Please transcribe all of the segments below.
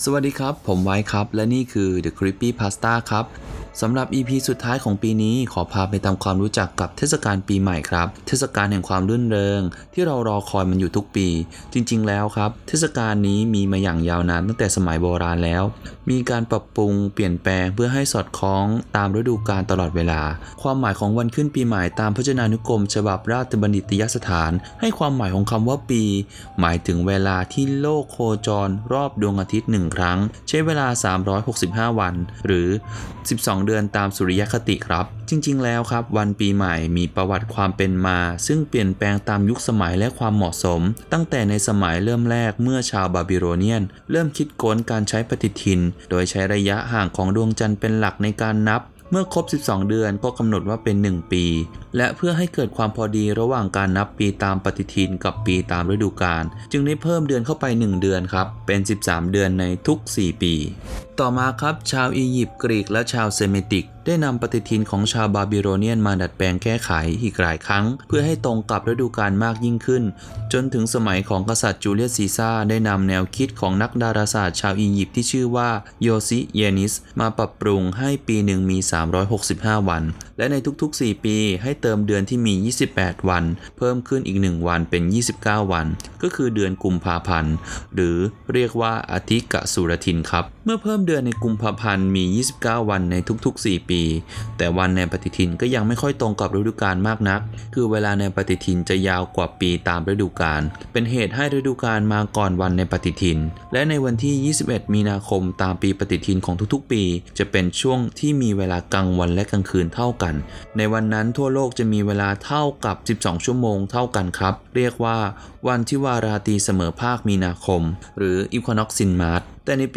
สวัสดีครับผมไว้ครับและนี่คือ The Creepy Pasta ครับสำหรับ EP สุดท้ายของปีนี้ขอพาไปทำความรู้จักกับเทศกาลปีใหม่ครับเทศกาลแห่งความรื่นเริงที่เรารอคอยมันอยู่ทุกปีจริงๆแล้วครับเทศกาลนี้มีมาอย่างยาวนานตั้งแต่สมัยโบราณแล้วมีการปรับปรุงเปลี่ยนแปลงเพื่อให้สอดคล้องตามฤดูกาลตลอดเวลาความหมายของวันขึ้นปีใหม่ตามพจนานุกรมฉบับราชบัณฑิตยสถานให้ความหมายของคำว่าปีหมายถึงเวลาที่โลกโคจรรอบดวงอาทิตย์1ครั้งใช้เวลา365วันหรือ12เดือนตามสุริยคติครับจริงๆแล้วครับวันปีใหม่มีประวัติความเป็นมาซึ่งเปลี่ยนแปลงตามยุคสมัยและความเหมาะสมตั้งแต่ในสมัยเริ่มแรกเมื่อชาวบาบิโลเนียนเริ่มคิดค้นการใช้ปฏิทินโดยใช้ระยะห่างของดวงจันทร์เป็นหลักในการนับเมื่อครบ12เดือนก็กำหนดว่าเป็น1ปีและเพื่อให้เกิดความพอดีระหว่างการนับปีตามปฏิทินกับปีตามฤดูกาลจึงได้เพิ่มเดือนเข้าไป1เดือนครับเป็น13เดือนในทุก4ปีต่อมาครับชาวอียิปต์กรีกและชาวเซมิติกได้นำปฏิทินของชาวบาบิโลเนียนมาดัดแปลงแก้ไขอีกหลายครั้งเพื่อให้ตรงกับฤดูกาลมากยิ่งขึ้นจนถึงสมัยของกษัตริย์จูเลียสซีซ่าได้นำแนวคิดของนักดาราศาสตร์ชาวอียิปต์ที่ชื่อว่าโยซิเยนิสมาปรับปรุงให้ปีหนึ่งมี365วันและในทุกๆ4ปีให้เติมเดือนที่มี28วันเพิ่มขึ้นอีก1วันเป็น29วันก็คือเดือนกุมภาพันธ์หรือเรียกว่าอธิกสุรทินครับเมื่อเพิ่มเดือนในกุมภาพันธ์มี29วันในทุกๆ4ปีแต่วันในปฏิทินก็ยังไม่ค่อยตรงกับฤดูกาลมากนักคือเวลาในปฏิทินจะยาวกว่าปีตามฤดูกาลเป็นเหตุให้ฤดูกาลมาก่อนวันในปฏิทินและในวันที่21มีนาคมตามปีปฏิทินของทุกๆปีจะเป็นช่วงที่มีเวลากลางวันและกลางคืนเท่ากันในวันนั้นทั่วโลกจะมีเวลาเท่ากับ12ชั่วโมงเท่ากันครับเรียกว่าวันที่วาราตรีเสมอภาคมีนาคมหรือ Equinox in March แต่ในปี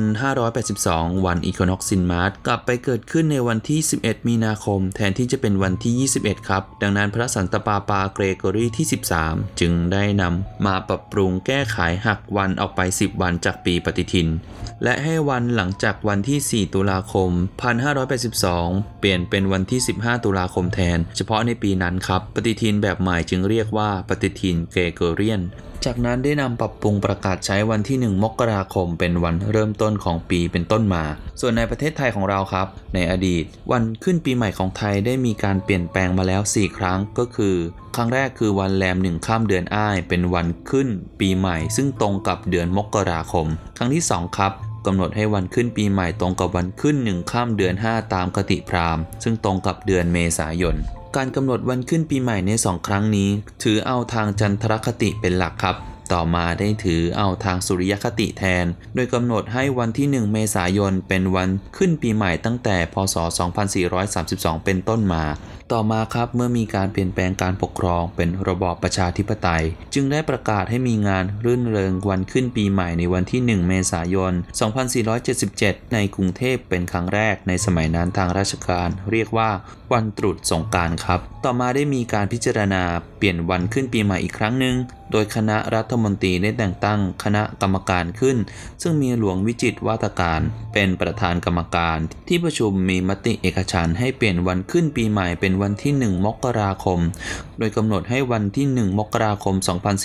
1582 วัน Equinox in March กลับไปเกิดขึ้นในวันที่11มีนาคมแทนที่จะเป็นวันที่21ครับดังนั้นพระสันตะปาปาเกรโกรีที่13จึงได้นำมาปรับปรุงแก้ไขหักวันออกไป10วันจากปีปฏิทินและให้วันหลังจากวันที่4ตุลาคม 1582 เปลี่ยนเป็นวันที่15ตุลาคมแทนเฉพาะในปีนั้นครับปฏิทินแบบใหม่จึงเรียกว่าปฏิทินเกรโกเรียนจากนั้นได้นำปรับปรุงประกาศใช้วันที่1มกราคมเป็นวันเริ่มต้นของปีเป็นต้นมาส่วนในประเทศไทยของเราครับในอดีตวันขึ้นปีใหม่ของไทยได้มีการเปลี่ยนแปลงมาแล้ว4ครั้งก็คือครั้งแรกคือวันแรม1ค่ำเดือนอ้ายเป็นวันขึ้นปีใหม่ซึ่งตรงกับเดือนมกราคมครั้งที่2ครับกำหนดให้วันขึ้นปีใหม่ตรงกับวันขึ้น1ค่ำเดือน5ตามคติพราหมณ์ซึ่งตรงกับเดือนเมษายนการกำหนดวันขึ้นปีใหม่ใน2ครั้งนี้ถือเอาทางจันทรคติเป็นหลักครับต่อมาได้ถือเอาทางสุริยคติแทนโดยกำหนดให้วันที่1เมษายนเป็นวันขึ้นปีใหม่ตั้งแต่พศ2432เป็นต้นมาต่อมาครับเมื่อมีการเปลี่ยนแปลงการปกครองเป็นระบอบประชาธิปไตยจึงได้ประกาศให้มีงานรื่นเริงวันขึ้นปีใหม่ในวันที่1เมษายน2477ในกรุงเทพเป็นครั้งแรกในสมัยนั้นทางราชการเรียกว่าวันตรุษสงกรานต์ครับต่อมาได้มีการพิจารณาเปลี่ยนวันขึ้นปีใหม่อีกครั้งหนึ่งโดยคณะรัฐมนตรีได้แต่งตั้งคณะกรรมการขึ้นซึ่งมีหลวงวิจิตรวาทการเป็นประธานกรรมการที่ประชุมมีมติเอกฉันท์ให้เปลี่ยนวันขึ้นปีใหม่เป็นวันที่1มกราคมโดยกำหนดให้วันที่1มกราคม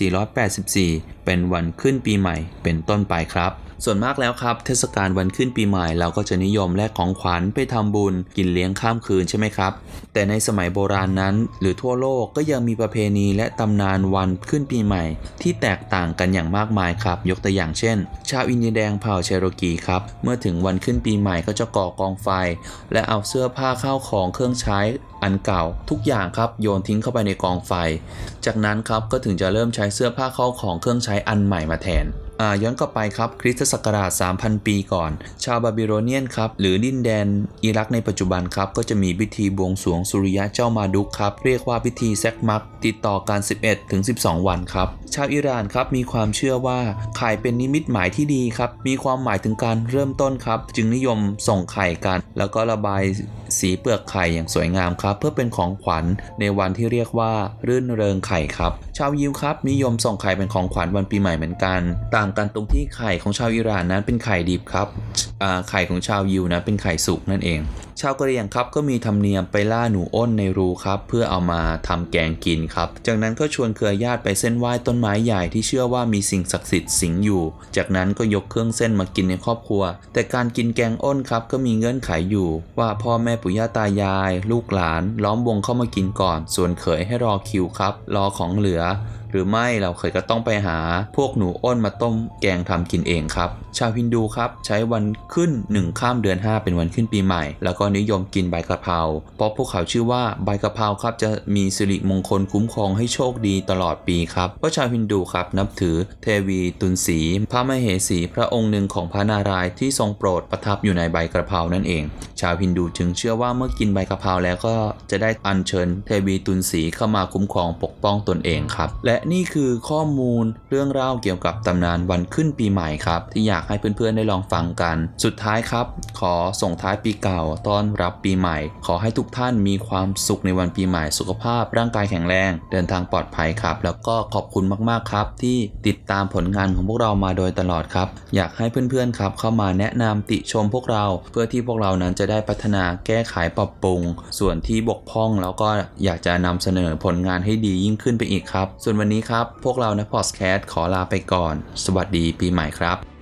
2484เป็นวันขึ้นปีใหม่เป็นต้นไปครับส่วนมากแล้วครับเทศกาลวันขึ้นปีใหม่เราก็จะนิยมแลกของขวัญไปทำบุญกินเลี้ยงข้ามคืนใช่ไหมครับแต่ในสมัยโบราณนั้นหรือทั่วโลกก็ยังมีประเพณีและตำนานวันขึ้นปีใหม่ที่แตกต่างกันอย่างมากมายครับยกตัวอย่างเช่นชาวอินเดียแดงเผ่าเชโรกีครับเมื่อถึงวันขึ้นปีใหม่ก็จะก่อกองไฟและเอาเสื้อผ้าข้าวของเครื่องใช้อันเก่าทุกอย่างครับโยนทิ้งเข้าไปในกองไฟจากนั้นครับก็ถึงจะเริ่มใช้เสื้อผ้าข้าวของเครื่องใช้อันใหม่มาแทนย้อนกลับไปครับคริสตศักราช 3,000 ปีก่อนชาวบาบิโลเนียนครับหรือดินแดนอิรักในปัจจุบันครับก็จะมีพิธีบวงสรวงสุริยะเจ้ามาดุกครับเรียกว่าพิธีแซกมักติดต่อกัน 11-12 วันครับชาวอิหร่านครับมีความเชื่อว่าไข่เป็นนิมิตหมายที่ดีครับมีความหมายถึงการเริ่มต้นครับจึงนิยมส่งไข่กันแล้วก็ระบายสีเปลือกไข่อย่างสวยงามครับเพื่อเป็นของขวัญในวันที่เรียกว่ารื่นเริงไข่ครับชาวยิวครับนิยมส่งไข่เป็นของขวัญวันปีใหม่เหมือนกันต่างกันตรงที่ไข่ของชาวอิหร่านนั้นเป็นไข่ดิบครับไข่ของชาวยิวนะเป็นไข่สุกนั่นเองชาวกะเหรี่ยงครับก็มีธรรมเนียมไปล่าหนูอ้นในรูครับเพื่อเอามาทำแกงกินครับจากนั้นก็ชวนเครือญาติไปเส้นไหว้ต้นไม้ใหญ่ที่เชื่อว่ามีสิ่งศักดิ์สิทธิ์สิงอยู่จากนั้นก็ยกเครื่องเส้นมากินในครอบครัวแต่การกินแกงอ้นครับก็มีเงื่อนไขอยู่ว่าพ่อแม่ปู่ย่าตายายลูกหลานล้อมวงเข้ามากินก่อนส่วนเขยให้รอคิวครับรอของเหลือหรือไม่เราเคยก็ต้องไปหาพวกหนูอ้นมาต้มแกงทำกินเองครับชาวฮินดูครับใช้วันขึ้น1ข้ามเดือน5เป็นวันขึ้นปีใหม่แล้วก็นิยมกินใบกะเพราเพราะพวกเขาเชื่อว่าใบกะเพราครับจะมีสิริมงคลคุ้มครองให้โชคดีตลอดปีครับเพราะชาวฮินดูครับนับถือเทวีตุลสีพระมเหสีพระองค์หนึ่งของพระนารายณ์ที่ทรงโปรดประทับอยู่ในใบกะเพรานั่นเองชาวฮินดูจึงเชื่อว่าเมื่อกินใบกะเพราแล้วก็จะได้อัญเชิญเทวีตุลสีเข้ามาคุ้มครองปกป้องตนเองครับและนี่คือข้อมูลเรื่องเล่าเกี่ยวกับตำนานวันขึ้นปีใหม่ครับที่อยากให้เพื่อนๆได้ลองฟังกันสุดท้ายครับขอส่งท้ายปีเก่าต้อนรับปีใหม่ขอให้ทุกท่านมีความสุขในวันปีใหม่สุขภาพร่างกายแข็งแรงเดินทางปลอดภัยครับแล้วก็ขอบคุณมากๆครับที่ติดตามผลงานของพวกเรามาโดยตลอดครับอยากให้เพื่อนๆครับเข้ามาแนะนำติชมพวกเราเพื่อที่พวกเรานั้นจะได้พัฒนาแก้ไขปรับปรุงส่วนที่บกพร่องแล้วก็อยากจะนำเสนอผลงานให้ดียิ่งขึ้นไปอีกครับส่วนวันนี้ครับพวกเรานะพอดแคสต์ขอลาไปก่อนสวัสดีปีใหม่ครับ